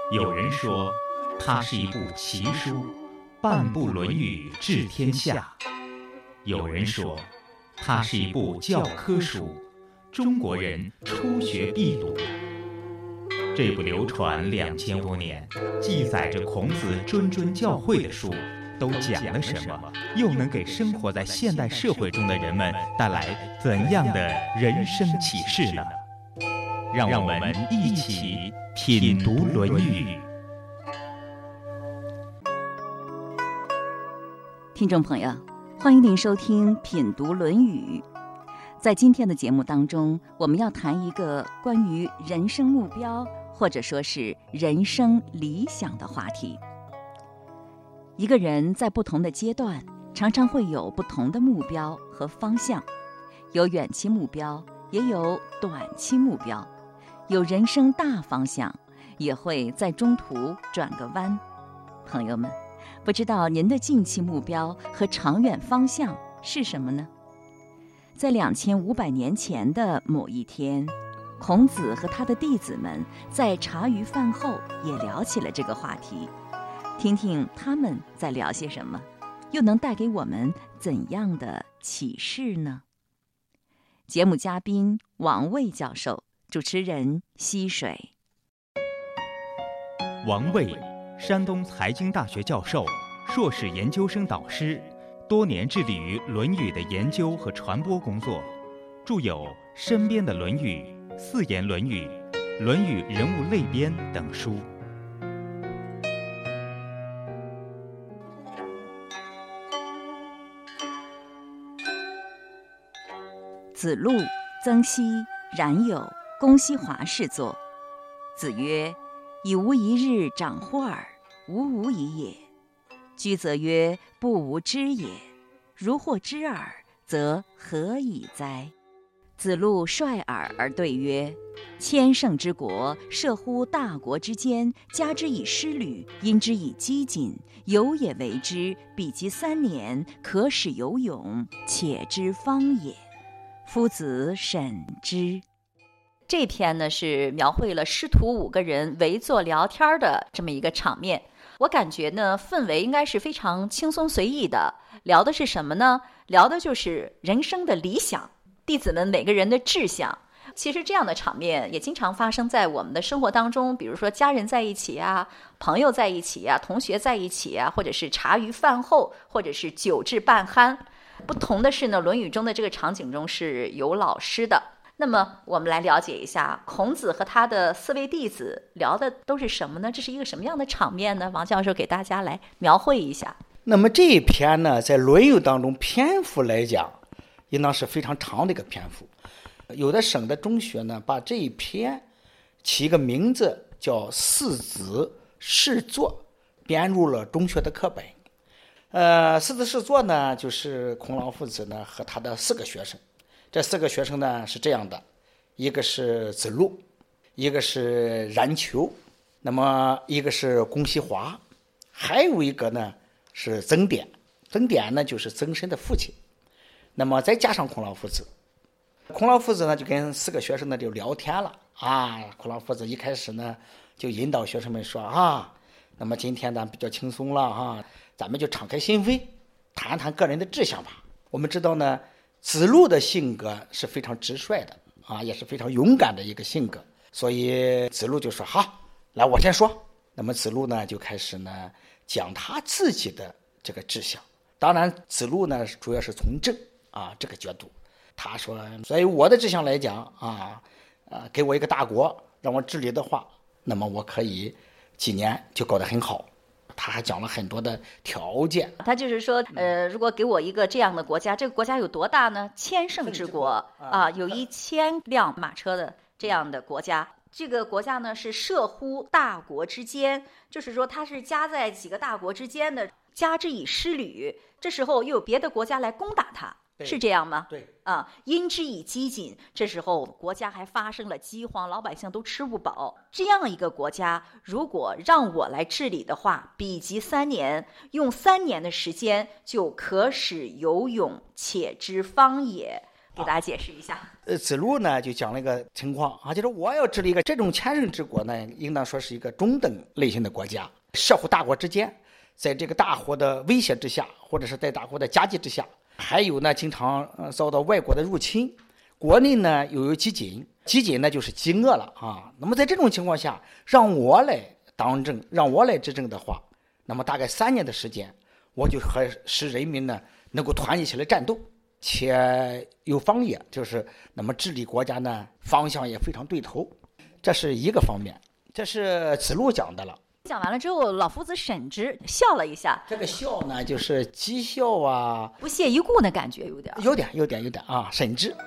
有人说，它是一部奇书，半部《论语》治天下；有人说，它是一部教科书，中国人初学必读。这部流传2000多年，记载着孔子谆谆教诲的书，都讲了什么？又能给生活在现代社会中的人们带来怎样的人生启示呢？让我们一起品读《论语》。 听众朋友，欢迎您收听品读《论语》。在今天的节目当中，我们要谈一个关于人生目标或者说是人生理想的话题。一个人在不同的阶段常常会有不同的目标和方向，有远期目标，也有短期目标，有人生大方向，也会在中途转个弯。朋友们，不知道您的近期目标和长远方向是什么呢？在2500年前的某一天，孔子和他的弟子们在茶余饭后也聊起了这个话题，听听他们在聊些什么，又能带给我们怎样的启示呢？节目嘉宾王卫教授，主持人溪水。 王卫，山东财经大学教授，硕士研究生导师，多年致力于《论语》的研究和传播工作，著有《身边的论语》《四言论语》《论语人物类编》等书。 子路、曾皙、冉有、公西华侍坐。子曰：以无一日长乎尔？吾无以也。居则曰：不无知也。如获知耳，则何以哉？子路率尔而对曰：千乘之国，射乎大国之间，加之以师旅，因之以饥馑，有也为之，彼及3年，可使有勇，且之方也。夫子审之。这篇呢是描绘了师徒5个人围坐聊天的这么一个场面。我感觉呢氛围应该是非常轻松随意的。聊的是什么呢？聊的就是人生的理想，弟子们每个人的志向。其实这样的场面也经常发生在我们的生活当中，比如说家人在一起啊，朋友在一起啊，同学在一起啊，或者是茶余饭后，或者是酒至半酣。不同的是呢，《论语》中的这个场景中是有老师的。那么我们来了解一下孔子和他的4位弟子聊的都是什么呢？这是一个什么样的场面呢？王教授给大家来描绘一下。 那么这一篇呢，在《论语》当中篇幅来讲，应当是非常长的一个篇幅。有的省的中学呢，把这一篇起一个名字叫四子试作，编入了中学的课本。四子试作呢，就是孔老夫子呢和他的4个学生。这4个学生呢是这样的，一个是子路，一个是冉求，那么一个是公西华，还有一个呢是曾点。曾点呢就是曾参的父亲。那么再加上孔老夫子，孔老夫子呢就跟4个学生呢就聊天了啊。孔老夫子一开始呢就引导学生们说啊，那么今天呢比较轻松了啊，咱们就敞开心扉，谈谈个人的志向吧。我们知道呢，子路的性格是非常直率的啊，也是非常勇敢的一个性格，所以子路就说好，来我先说。那么子路呢就开始呢讲他自己的这个志向。当然子路呢主要是从政啊这个角度，他说，所以我的志向来讲啊，给我一个大国让我治理的话，那么我可以几年就搞得很好。他还讲了很多的条件。 他就是说，如果给我一个这样的国家，这个国家有多大呢？千乘之国啊，有1000辆马车的这样的国家。这个国家呢是射乎大国之间，就是说它是夹在几个大国之间的，加之以师旅，这时候又有别的国家来攻打它。是这样吗？ 对啊，因之以饥馑，这时候国家还发生了饥荒，老百姓都吃不饱。这样一个国家，如果让我来治理的话，彼及3年，用3年的时间就可使有勇，且之方也。 给大家解释一下。 子路呢就讲了一个情况啊，就是我要治理一个这种前任之国呢，应当说是一个中等类型的国家，涉乎大国之间，在这个大国的威胁之下，或者是在大国的夹击之下，还有呢经常遭到外国的入侵，国内呢又有饥馑，饥馑呢就是饥饿了啊。那么在这种情况下，让我来当政，让我来执政的话，那么大概3年的时间，我就和使人民呢能够团结起来战斗，且有方业，就是那么治理国家呢方向也非常对头，这是一个方面。这是子路讲的了。 讲完了之后，老夫子沈之笑了一下。 这个笑呢，就是讥笑啊， 不屑一顾的感觉， 有点啊，沈之。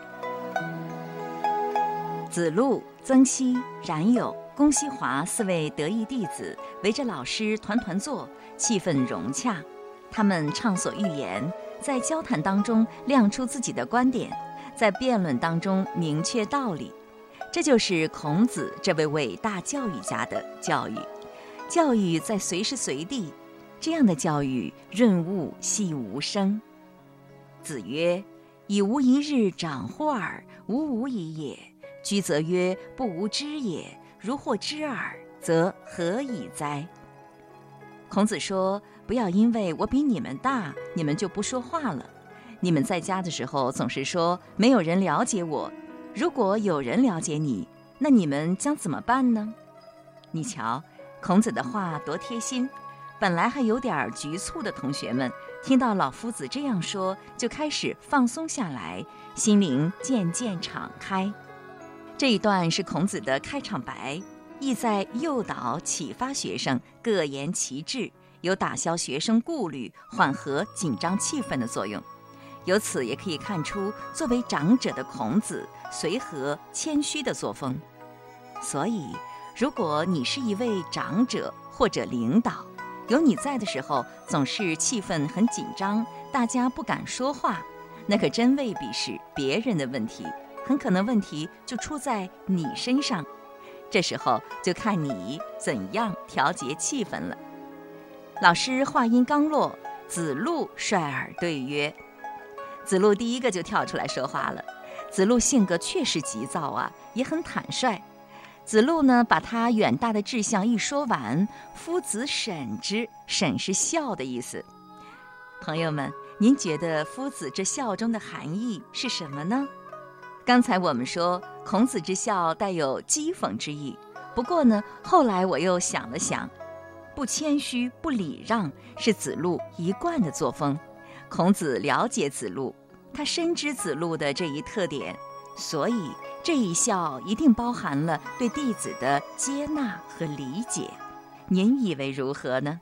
子路、曾皙、冉有、公西华4位得意弟子围着老师团团坐，气氛融洽。他们畅所欲言，在交谈当中亮出自己的观点，在辩论当中明确道理。这就是孔子这位伟大教育家的教育。教育在随时随地，这样的教育润物细无声。子曰：以无一日长乎尔，无无以也。居则曰：不无知也。如或知耳，则何以哉？孔子说，不要因为我比你们大，你们就不说话了。你们在家的时候总是说没有人了解我，如果有人了解你，那你们将怎么办呢？你瞧，孔子的话多贴心，本来还有点局促的同学们，听到老夫子这样说，就开始放松下来，心灵渐渐敞开。这一段是孔子的开场白，意在诱导启发学生各言其志，有打消学生顾虑、缓和紧张气氛的作用。由此也可以看出作为长者的孔子随和谦虚的作风。所以如果你是一位长者或者领导，有你在的时候总是气氛很紧张，大家不敢说话，那可真未必是别人的问题，很可能问题就出在你身上。这时候就看你怎样调节气氛了。老师话音刚落，子路率尔对曰。子路第一个就跳出来说话了。子路性格确实急躁啊，也很坦率。子路呢，把他远大的志向一说完，夫子审之，审是笑的意思。朋友们，您觉得夫子这笑中的含义是什么呢？刚才我们说孔子之笑带有讥讽之意，不过呢，后来我又想了想，不谦虚不礼让是子路一贯的作风。孔子了解子路，他深知子路的这一特点，所以这一笑一定包含了对弟子的接纳和理解。您以为如何呢？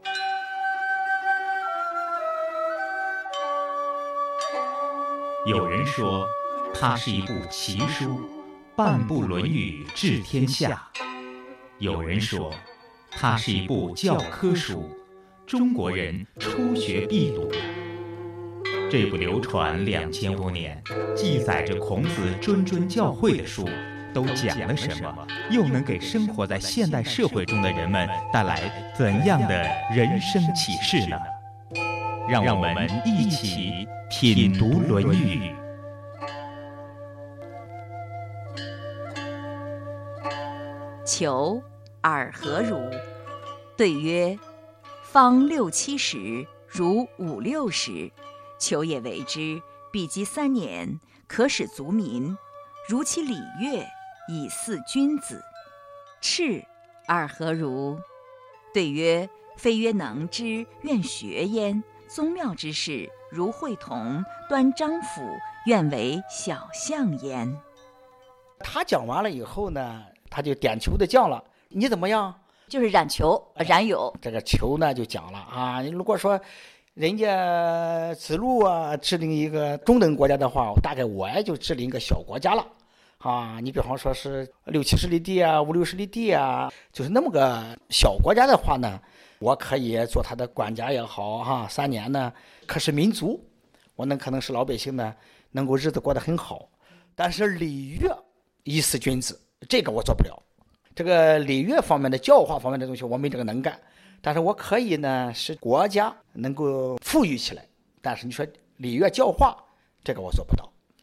有人说它是一部奇书，半部《论语》治天下；有人说它是一部教科书，中国人初学必读。这部流传2500年，记载着孔子谆谆教诲的书，都讲了什么？又能给生活在现代社会中的人们带来怎样的人生启示呢？让我们一起品读《论语》。 求尔何如？对曰：方6、7时，如5、6时。求也为之，必积3年，可使足民，如其礼乐，以俟君子。赤尔何如？对曰：非曰能之，愿学焉。宗庙之事，如会同，端章府，愿为小相焉。 他讲完了以后呢，他就点球的讲了，你怎么样？ 就是冉求、冉有。 这个球呢就讲了啊，如果说人家子路啊治理一个中等国家的话，大概我也就治理一个小国家了啊。你比方说是6、7十里地啊，5、6十里地啊，就是那么个小国家的话呢，我可以做他的管家也好哈，3年呢可是民族，我可能使老百姓呢能够日子过得很好。但是礼乐以俟君子，这个我做不了。这个礼乐方面的教化方面的东西我没这个能干，但是我可以呢使国家能够富裕起来。但是你说礼乐教化，这个我做不到。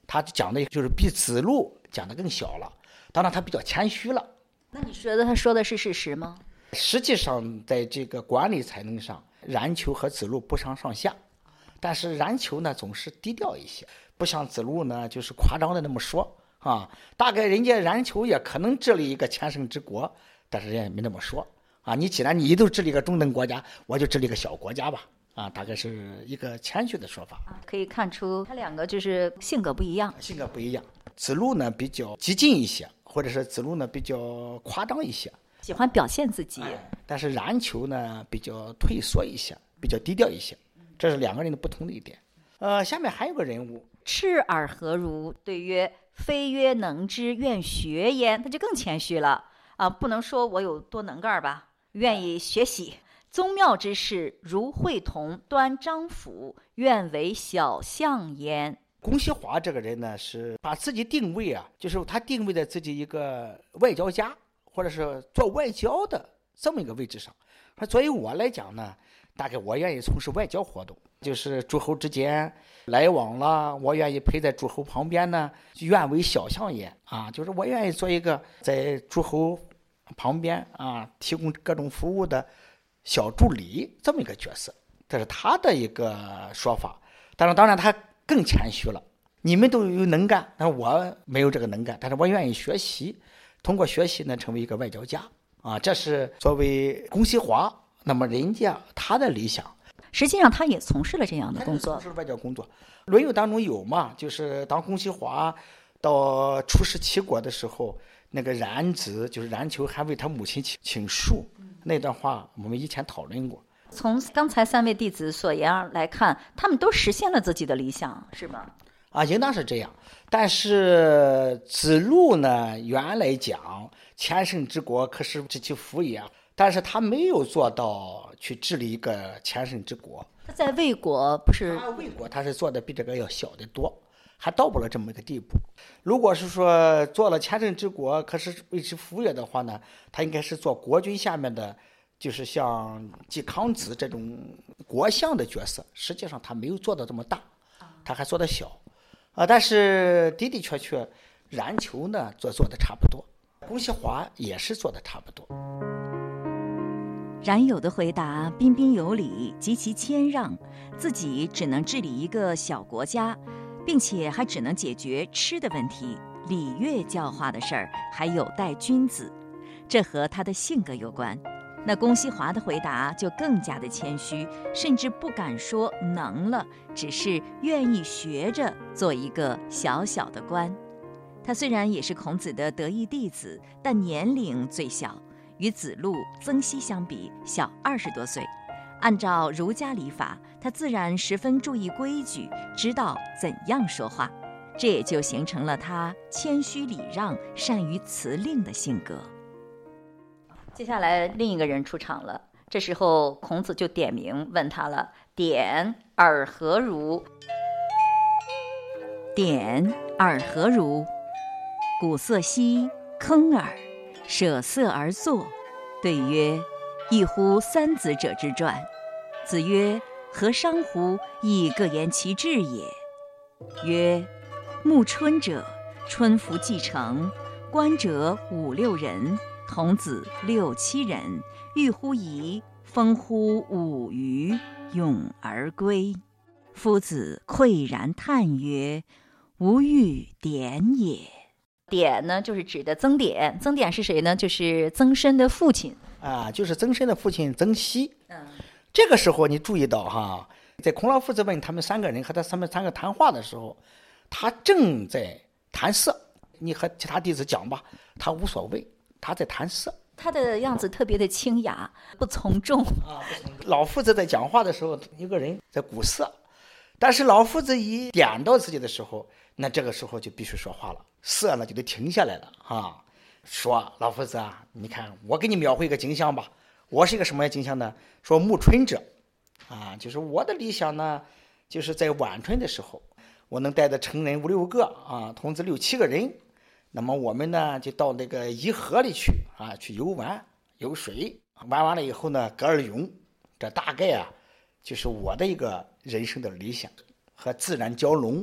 他讲的就是比子路讲的更小了，当然他比较谦虚了。 那你觉得他说的是事实吗？ 实际上在这个管理才能上，冉求和子路不相上下，但是冉求呢总是低调一些，不像子路呢就是夸张的那么说啊。大概人家冉求也可能治理一个全盛之国，但是人家也没那么说啊。你既然你都治理一个中等国家，我就治理一个小国家吧啊，大概是一个谦虚的说法。 可以看出他两个就是性格不一样。 性格不一样，子路呢比较激进一些，或者是子路呢比较夸张一些， 喜欢表现自己。 但是冉求呢比较退缩一些，比较低调一些，这是两个人的不同的一点。下面还有个人物， 赤耳何如对曰：非曰能之，愿学焉。他就更谦虚了啊，不能说我有多能干吧，愿意学习。宗庙之事，如会同，端张府，愿为小相焉。 公西华这个人呢，是把自己定位啊，就是他定位在自己一个外交家，或者是做外交的这么一个位置上。作为我来讲呢，大概我愿意从事外交活动，就是诸侯之间来往了，我愿意陪在诸侯旁边呢，愿为小相焉啊，就是我愿意做一个在诸侯旁边啊，提供各种服务的小助理这么一个角色，这是他的一个说法。但是当然他更谦虚了，你们都有能干，但是我没有这个能干，但是我愿意学习，通过学习呢成为一个外交家啊，这是作为公西华，那么人家他的理想。 实际上他也从事了这样的工作， 从事外交工作。论语当中有嘛，就是当公西华到出使齐国的时候，那个冉子就是冉求还为他母亲请书，那段话我们以前讨论过。 从刚才三位弟子所言来看，他们都实现了自己的理想，是吗？ 啊，应当是这样。但是子路呢，原来讲全盛之国，可是知其福也，但是他没有做到去治理一个全盛之国。 他在魏国不是？ 魏国他是做的比这个要小得多，还到不了这么一个地步。如果是说做了全盛之国，可是为其服也的话呢，他应该是做国君下面的，就是像季康子这种国相的角色。实际上他没有做到这么大，他还做得小啊。但是的的确确，冉求呢做的差不多，公西华也是做的差不多。 冉有的回答彬彬有礼，极其谦让，自己只能治理一个小国家，并且还只能解决吃的问题，礼乐教化的事儿还有待君子，这和他的性格有关。那公西华的回答就更加的谦虚，甚至不敢说能了，只是愿意学着做一个小小的官。他虽然也是孔子的得意弟子，但年龄最小，与子路、曾皙相比小20多岁。按照儒家礼法，他自然十分注意规矩，知道怎样说话，这也就形成了他谦虚礼让、善于辞令的性格。接下来另一个人出场了，这时候孔子就点名问他了：点耳何如？点耳何如？鼓瑟兮，铿耳，舍色而作。对曰：异乎三子者之传。子曰：何伤乎？亦各言其志也。曰：暮春者，春服既成，观者5、6人，童子6、7人，欲乎沂，风乎舞雩，咏而归。夫子喟然叹曰：吾欲典也。典呢，就是指的曾点。曾点是谁呢？就是曾参的父亲啊，就是曾参的父亲曾皙。这个时候你注意到哈，在孔老夫子问他们3个人和他们3个谈话的时候，他正在谈色。你和其他弟子讲吧，他无所谓，他在谈色。 他的样子特别的清雅，不从众啊。老夫子在讲话的时候，一个人在鼓瑟，但是老夫子一点到自己的时候，那这个时候就必须说话了，瑟呢就得停下来了啊。说老夫子啊，你看我给你描绘一个景象吧，我是一个什么样景象呢？说暮春者啊，就是我的理想呢，就是在晚春的时候，我能带着成人5、6个啊，童子6、7个人，那么我们呢就到那个沂河里去啊，去游玩游水，玩完了以后呢歌而咏。这大概啊就是我的一个人生的理想，和自然交融，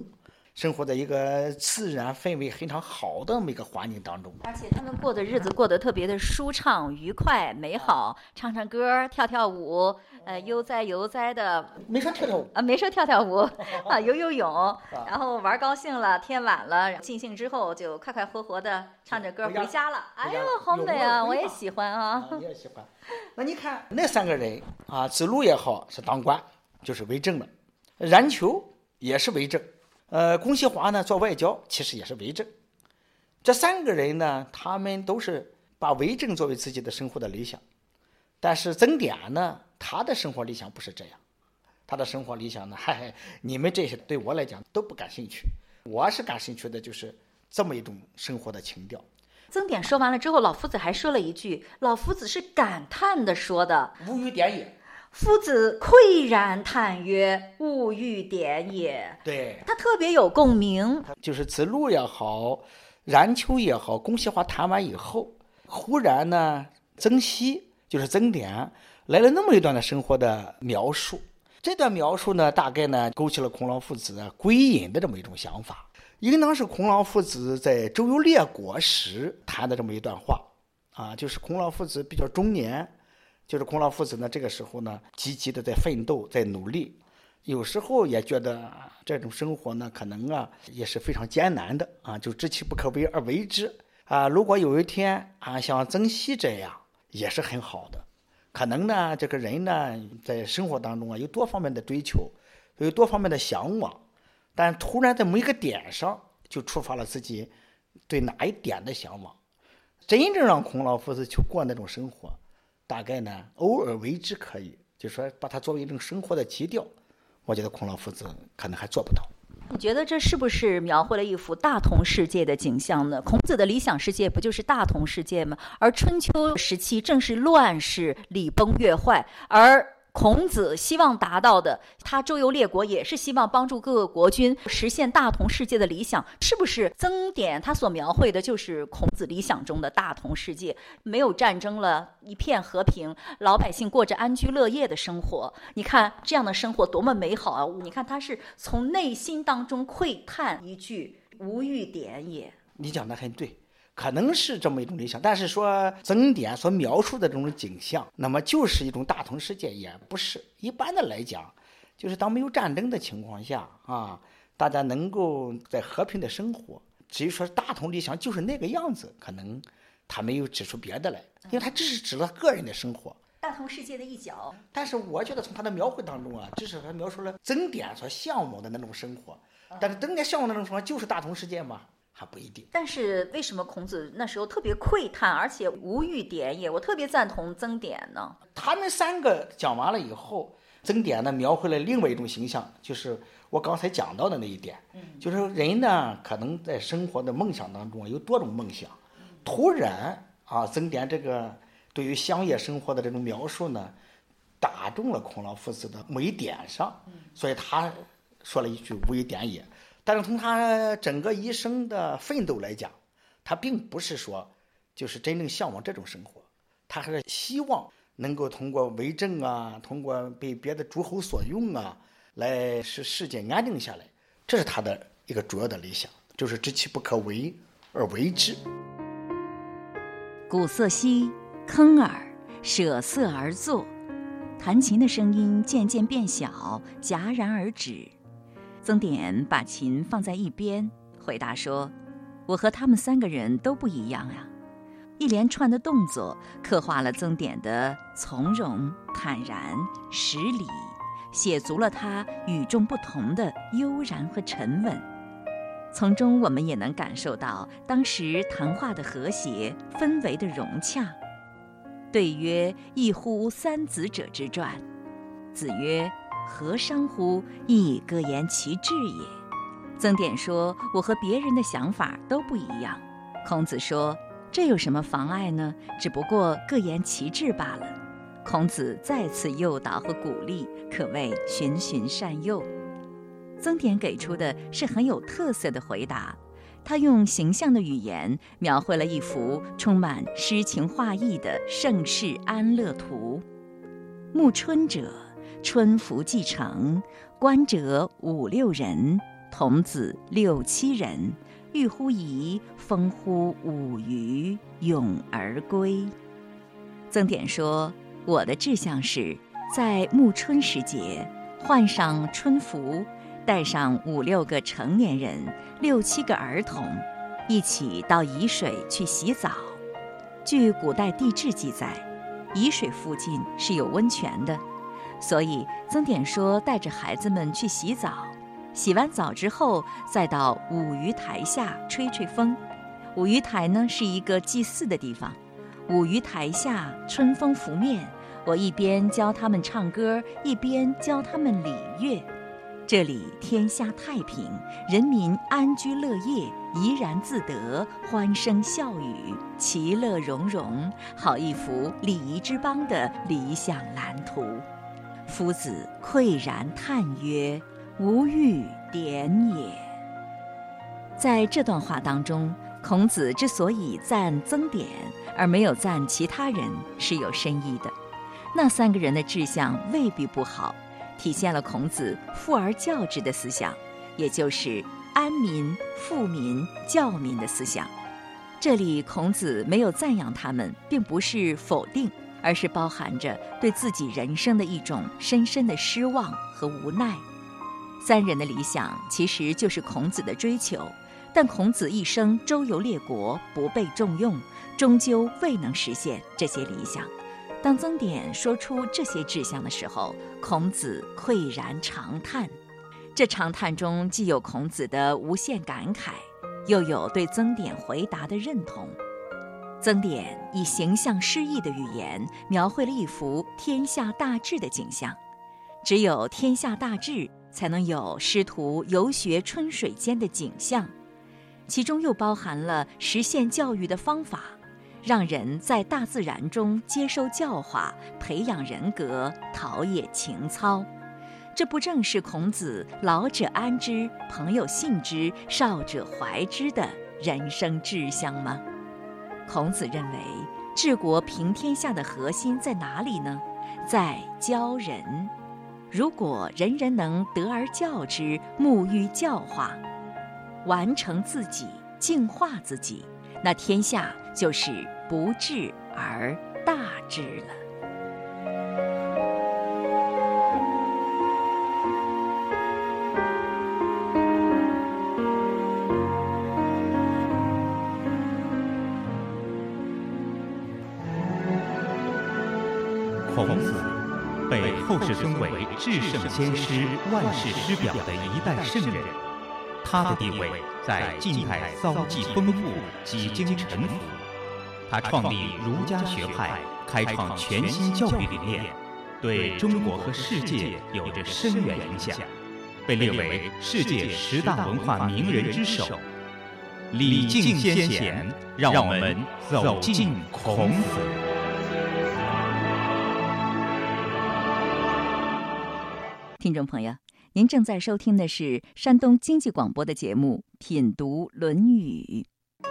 生活在一个自然氛围非常好的这么一个环境当中， 而且他们过的日子过得特别的舒畅、愉快、美好，唱唱歌、跳跳舞，悠哉悠哉的。 没说跳跳舞没说跳跳舞啊，游游泳，然后玩高兴了，天晚了，尽兴之后就快快活活的唱着歌回家了。哎呦，好美啊！我也喜欢啊。 你也喜欢。那你看那3个人啊，子路也好是当官，就是为政了；冉求也是为政。公西华呢做外交，其实也是为政。这3个人呢，他们都是把为政作为自己的生活的理想。但是曾点呢，他的生活理想不是这样。他的生活理想呢，你们这些对我来讲都不感兴趣。我是感兴趣的就是这么一种生活的情调。 曾点说完了之后，老夫子还说了一句，老夫子是感叹的说的：“ 无与点也。” 夫子喟然叹曰：“吾欲点也。” 对， 他特别有共鸣。 就是子路也好，冉求也好，公西华谈完以后，忽然呢，曾皙就是曾点来了那么一段的生活的描述。这段描述呢，大概呢勾起了孔老夫子归隐的这么一种想法，应当是孔老夫子在周游列国时谈的这么一段话啊，就是孔老夫子比较中年。就是孔老夫子呢，这个时候呢，积极的在奋斗，在努力，有时候也觉得这种生活呢，可能也是非常艰难的啊，就知其不可为而为之啊。如果有一天像曾皙这样，也是很好的。可能呢，这个人呢，在生活当中有多方面的追求，有多方面的向往，但突然在某一个点上，就触发了自己对哪一点的向往。真正让孔老夫子去过那种生活，大概呢，偶尔为之可以，就是说把它作为一种生活的基调，我觉得孔老夫子可能还做不到。 你觉得这是不是描绘了一幅大同世界的景象呢？孔子的理想世界不就是大同世界吗？而春秋时期正是乱世，礼崩乐坏，而孔子希望达到的，他周游列国也是希望帮助各个国君实现大同世界的理想，是不是曾点他所描绘的就是孔子理想中的大同世界？没有战争了，一片和平，老百姓过着安居乐业的生活。你看这样的生活多么美好啊！你看他是从内心当中喟叹一句“无欲点也”。 你讲的很对，可能是这么一种理想，但是说曾点所描述的这种景象，那么就是一种大同世界，也不是。一般的来讲，就是当没有战争的情况下大家能够在和平的生活。至于说大同理想就是那个样子，可能他没有指出别的来，因为他只是指了个人的生活， 大同世界的一角。 但是我觉得从他的描绘当中只是他描述了曾点所向往的那种生活，但是曾点向往的那种生活就是大同世界吗？还不一定。 但是为什么孔子那时候特别喟叹，而且无欲点也？我特别赞同曾点呢。 他们3个讲完了以后，曾点呢描绘了另外一种形象，就是我刚才讲到的那一点，就是人呢可能在生活的梦想当中有多种梦想，突然曾点这个对于乡野生活的这种描述呢，打中了孔老夫子的某一点上，所以他说了一句无欲点也。但是从他整个一生的奋斗来讲，他并不是说就是真正向往这种生活，他还是希望能够通过为政通过被别的诸侯所用来使世界安定下来，这是他的一个主要的理想，就是知其不可为而为之。 鼓瑟兮，铿耳，舍瑟而坐。弹琴的声音渐渐变小，戛然而止。曾点把琴放在一边，回答说：“我和他们3个人都不一样呀。”一连串的动作刻画了曾点的从容、坦然、识礼，写足了他与众不同的悠然和沉稳。从中我们也能感受到当时谈话的和谐，氛围的融洽。对曰：“异乎三子者之传。”子曰：“何伤乎？亦各言其志也。”曾点说：“我和别人的想法都不一样。”孔子说：“这有什么妨碍呢？只不过各言其志罢了。”孔子再次诱导和鼓励，可谓循循善诱。曾点给出的是很有特色的回答，他用形象的语言描绘了一幅充满诗情画意的盛世安乐图。暮春者，春服既成，观者5、6人， 童子6、7人，欲乎沂，风乎舞雩，咏而归。曾点说，我的志向是在暮春时节，换上春服，带上5、6个成年人，6、7个儿童，一起到沂水去洗澡。据古代地志记载，沂水附近是有温泉的，所以曾点说带着孩子们去洗澡，洗完澡之后再到舞雩台下吹吹风。舞雩台呢是一个祭祀的地方，舞雩台下春风拂面，我一边教他们唱歌，一边教他们礼乐。这里天下太平，人民安居乐业，怡然自得，欢声笑语，其乐融融，好一幅礼仪之邦的理想蓝图。夫子喟然叹曰：无欲典也。在这段话当中，孔子之所以赞曾点而没有赞其他人，是有深意的。那3个人的志向未必不好，体现了孔子富而教之的思想，也就是安民、富民、教民的思想。这里孔子没有赞扬他们，并不是否定，而是包含着对自己人生的一种深深的失望和无奈。3人的理想其实就是孔子的追求，但孔子一生周游列国，不被重用，终究未能实现这些理想。当曾点说出这些志向的时候，孔子喟然长叹。这长叹中既有孔子的无限感慨，又有对曾点回答的认同。曾点以形象诗意的语言描绘了一幅天下大治的景象。只有天下大治，才能有师徒游学春水间的景象，其中又包含了实现教育的方法，让人在大自然中接受教化，培养人格，陶冶情操。这不正是孔子老者安之，朋友信之，少者怀之的人生志向吗？孔子认为治国平天下的核心在哪里呢？在教人。如果人人能得而教之，沐浴教化，完成自己，净化自己，那天下就是不治而大治了。 孔子被后世尊为至圣先师、万世师表的一代圣人，他的地位在晋代遭际丰富，几经沉浮。他创立儒家学派，开创全新教育理念，对中国和世界有着深远影响，被列为世界10大文化名人之首。礼敬先贤，让我们走进孔子。 听众朋友，您正在收听的是山东经济广播的节目《品读论语》。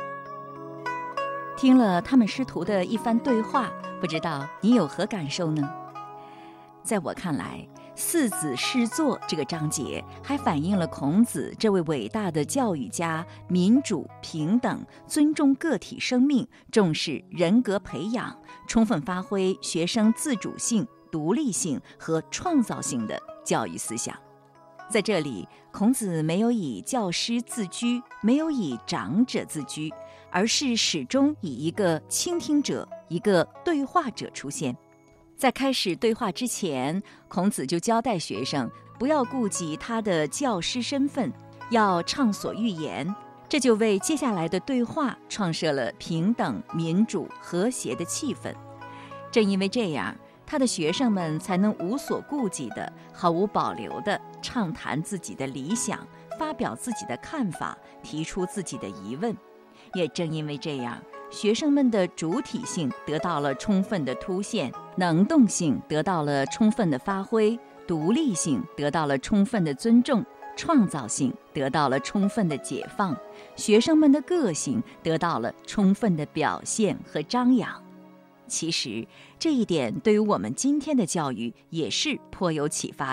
听了他们师徒的一番对话，不知道你有何感受呢？在我看来，四子侍坐这个章节还反映了孔子这位伟大的教育家民主、平等、尊重个体生命、重视人格培养、充分发挥学生自主性、独立性和创造性的教育思想。在这里，孔子没有以教师自居，没有以长者自居，而是始终以一个倾听者、一个对话者出现。在开始对话之前，孔子就交代学生不要顾及他的教师身份，要畅所欲言，这就为接下来的对话创设了平等、民主、和谐的气氛。正因为这样，他的学生们才能无所顾忌地、毫无保留地畅谈自己的理想，发表自己的看法，提出自己的疑问。也正因为这样，学生们的主体性得到了充分的凸显，能动性得到了充分的发挥，独立性得到了充分的尊重，创造性得到了充分的解放，学生们的个性得到了充分的表现和张扬。其实这一点对于我们今天的教育也是颇有启发的。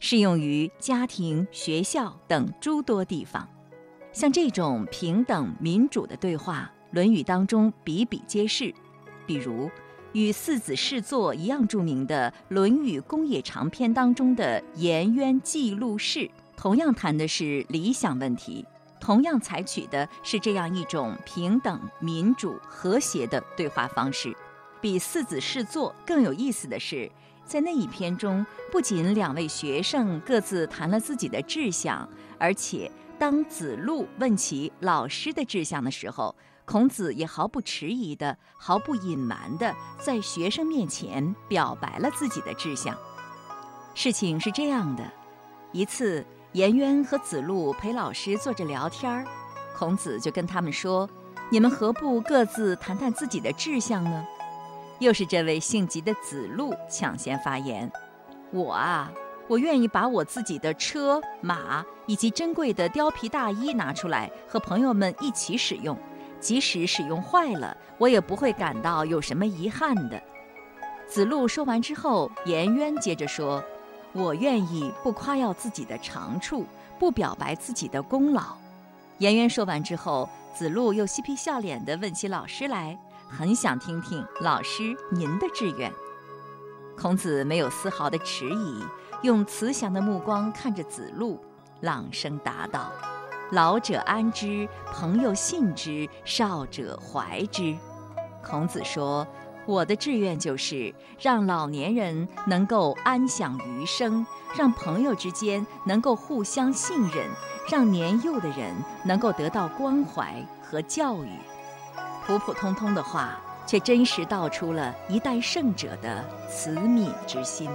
适用于家庭、学校等诸多地方。像这种平等民主的对话，《论语》当中比比皆是。比如与四子侍坐一样著名的《论语公冶长篇》当中的颜渊记录事，同样谈的是理想问题，同样采取的是这样一种平等、民主、和谐的对话方式。比四子侍坐更有意思的是，在那一篇中，不仅两位学生各自谈了自己的志向，而且当子路问起老师的志向的时候，孔子也毫不迟疑的、毫不隐瞒的在学生面前表白了自己的志向。事情是这样的，一次颜渊和子路陪老师坐着聊天，孔子就跟他们说：“你们何不各自谈谈自己的志向呢？”又是这位性急的子路抢先发言：“我愿意把我自己的车马以及珍贵的貂皮大衣拿出来和朋友们一起使用，即使使用坏了，我也不会感到有什么遗憾的。”子路说完之后，颜渊接着说：“我愿意不夸耀自己的长处，不表白自己的功劳。”颜渊说完之后，子路又嬉皮笑脸地问起老师来，很想听听老师您的志愿。孔子没有丝毫的迟疑，用慈祥的目光看着子路，朗声答道：“老者安之，朋友信之，少者怀之。”孔子说：“我的志愿就是让老年人能够安享余生，让朋友之间能够互相信任，让年幼的人能够得到关怀和教育。”普普通通的话，却真实道出了一代圣者的慈悯之心。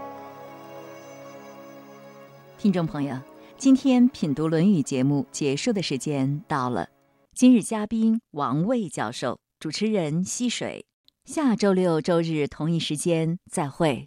听众朋友，今天品读《论语》节目结束的时间到了。今日嘉宾王卫教授，主持人溪水。下周六周日同一时间再会。